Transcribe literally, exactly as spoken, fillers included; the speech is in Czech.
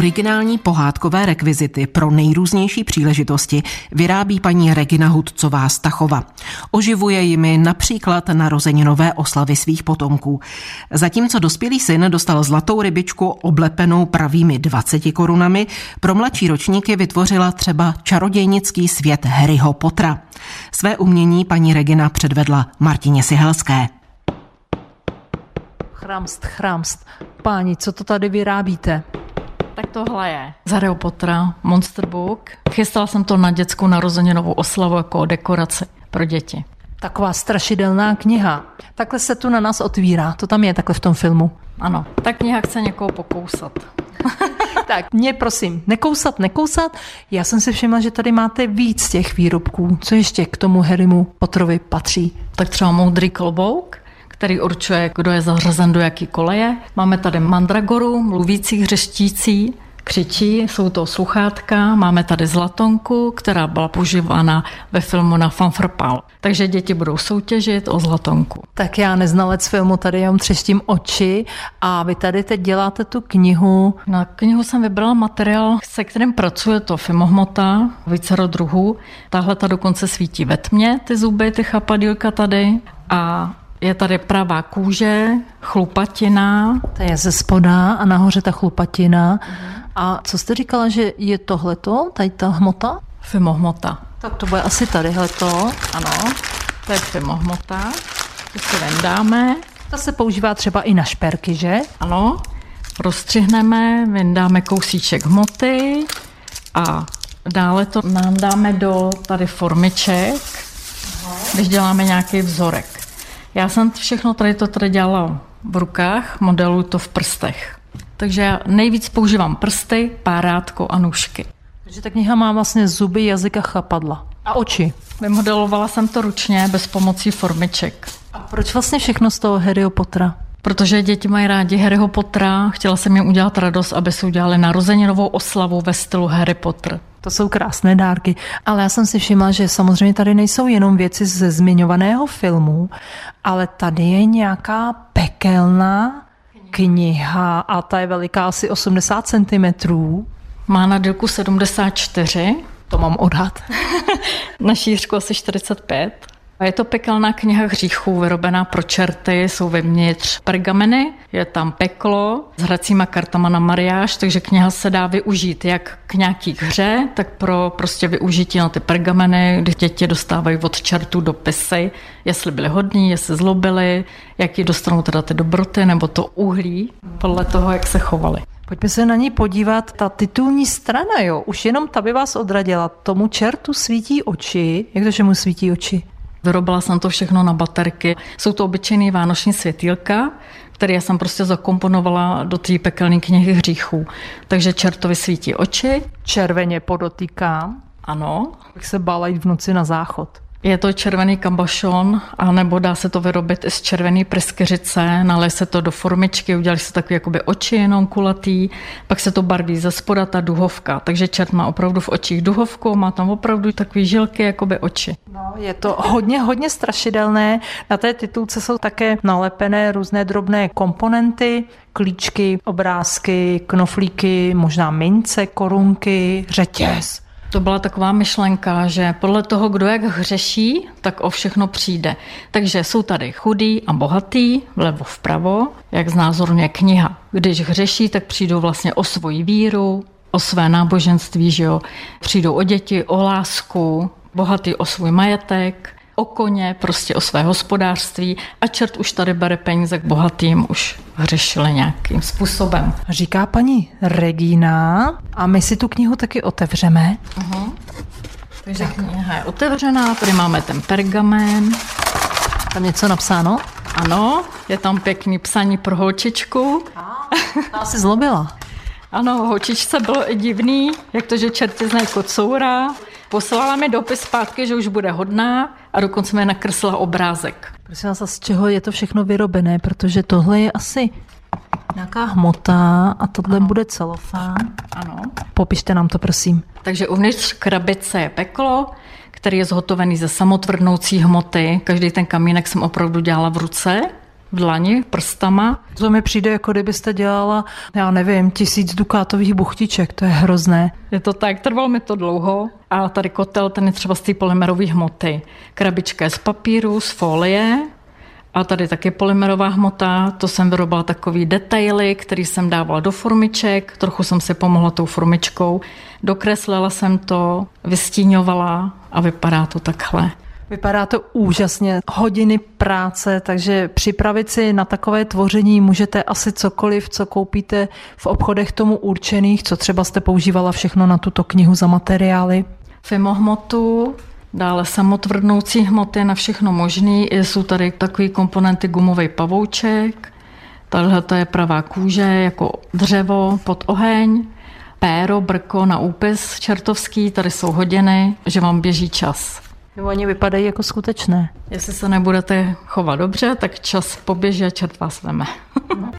Originální pohádkové rekvizity pro nejrůznější příležitosti vyrábí paní Regina Hudcová Stachova. Oživuje jimi například narozeninové oslavy svých potomků. Zatímco dospělý syn dostal zlatou rybičku oblepenou pravými dvaceti korunami, pro mladší ročníky vytvořila třeba čarodějnický svět Harryho Pottera. Své umění paní Regina předvedla Martině Sihelské. Chramst, chramst. Páni, co to tady vyrábíte? Tak tohle je z Harryho Pottera, Monster Book. Chystala jsem to na dětskou narozeninovou oslavu jako dekoraci pro děti. Taková strašidelná kniha. Takhle se tu na nás otvírá. To tam je takhle v tom filmu. Ano, ta kniha chce někoho pokousat. Tak mě prosím, nekousat, nekousat. Já jsem si všimla, že tady máte víc těch výrobků. Co ještě k tomu Harrymu Potterovi patří? Tak třeba moudrý klobouk, který určuje, kdo je zařazen do jaký koleje. Máme tady mandragoru, mluvící, hřeštící, křičí, jsou to sluchátka. Máme tady zlatonku, která byla používána ve filmu Na Fanfrpal. Takže děti budou soutěžit o zlatonku. Tak já neznalec filmu, tady jenom třeštím oči a vy tady teď děláte tu knihu. Na knihu jsem vybrala materiál, se kterým pracuje to fimohmota, vícero druhů. Tahle ta dokonce svítí ve tmě, ty zuby, ty chapadílka tady a je tady pravá kůže, chlupatina. To je ze spoda a nahoře ta chlupatina. Uh-huh. A co jste říkala, že je tohleto, tady ta hmota? Fimohmota. Tak to bude asi tadyhleto. Ano, to je fimohmota. To si vendáme. To se používá třeba i na šperky, že? Ano, rozstřihneme, vendáme kousíček hmoty a dále to nám dáme do tady formiček, když děláme nějaký vzorek. Já jsem všechno tady to tady dělala v rukách, modeluji to v prstech. Takže já nejvíc používám prsty, párátko a nůžky. Takže ta kniha má vlastně zuby, jazyk a chapadla. A oči. Vymodelovala jsem to ručně, bez pomocí formiček. A proč vlastně všechno z toho Harryho Pottera? Protože děti mají rádi Harryho Pottera, chtěla jsem jim udělat radost, aby si udělali narozeninovou oslavu ve stylu Harry Potter. To jsou krásné dárky, ale já jsem si všimla, že samozřejmě tady nejsou jenom věci ze zmiňovaného filmu, ale tady je nějaká pekelná kniha a ta je veliká asi osmdesát centimetrů. Má na délku sedmdesát čtyři. To mám odhad. Na šířku asi čtyřicet pět. A je to pekelná kniha hříchů, vyrobená pro čerty, jsou vevnitř pergameny, je tam peklo s hracíma kartama na mariáž, takže kniha se dá využít jak k nějaký hře, tak pro prostě využití na ty pergameny, kdy děti dostávají od čertů dopisy, jestli byli hodní, jestli zlobili, jaký dostanou teda ty dobroty nebo to uhlí, podle toho, jak se chovali. Pojďme se na ní podívat, ta titulní strana, jo, už jenom ta by vás odradila. Tomu čertu svítí oči, jak to, že mu svítí oči? Vyrobila jsem to všechno na baterky. Jsou to obyčejný vánoční světýlka, které jsem prostě zakomponovala do té pekelné knihy hříchů. Takže čertovi svítí oči. Červeně podotýkám. Ano. Bych se bála jít v noci na záchod. Je to červený kabašon, anebo dá se to vyrobit i z červený pryskyřice, nalej se to do formičky, udělali se takové jakoby oči jenom kulatý, pak se to barví ze spoda ta duhovka. Takže čert má opravdu v očích duhovku, má tam opravdu takové žilky, jakoby oči. No, je to hodně, hodně strašidelné. Na té titulce jsou také nalepené různé drobné komponenty, klíčky, obrázky, knoflíky, možná mince, korunky, řetěz. To byla taková myšlenka, že podle toho, kdo jak hřeší, tak o všechno přijde. Takže jsou tady chudý a bohatý, vlevo vpravo, jak znázorňuje kniha. Když hřeší, tak přijdou vlastně o svoji víru, o své náboženství, že jo? Přijdou o děti, o lásku, bohatý o svůj majetek, o koně, prostě o své hospodářství a čert už tady bere peníze k bohatým, už hřešili nějakým způsobem. Říká paní Regina a my si tu knihu taky otevřeme. Uh-huh. Takže kniha je otevřená, tady máme ten pergamen. Tam něco napsáno? Ano, je tam pěkný psaní pro holčičku. Ta asi zlobila. Ano, holčičce bylo i divný, jak to, že čerti znají kocoura. Poslala mi dopis zpátky, že už bude hodná a dokonce mi nakreslila obrázek. Prosím vás, a z čeho je to všechno vyrobené? Protože tohle je asi nějaká hmota a tohle ano. Bude celofán. Ano. Popište nám to, prosím. Takže uvnitř krabice je peklo, který je zhotovený ze samotvrdnoucí hmoty. Každý ten kamínek jsem opravdu dělala v ruce. v dlani prstama. To mi přijde, jako kdybyste dělala, já nevím, tisíc dukátových buchtiček, to je hrozné. Je to tak, trvalo mi to dlouho. A tady kotel, ten je třeba z té polymerové hmoty. Krabička je z papíru, z folie. A tady taky polymerová hmota, to jsem vyrobila takový detaily, který jsem dávala do formiček, trochu jsem si pomohla tou formičkou, dokreslila jsem to, vystíňovala a vypadá to takhle. Vypadá to úžasně, hodiny práce, takže připravit si na takové tvoření můžete asi cokoliv, co koupíte v obchodech tomu určených, co třeba jste používala všechno na tuto knihu za materiály. Fimohmotu, dále samotvrdnoucí hmoty na všechno možný. Jsou tady takový komponenty gumový pavouček, tahle to je pravá kůže jako dřevo pod oheň, péro, brko na úpis čertovský, tady jsou hodiny, že vám běží čas. Oni vypadají jako skutečné. Jestli se nebudete chovat dobře, tak čas poběží a čert vás veme.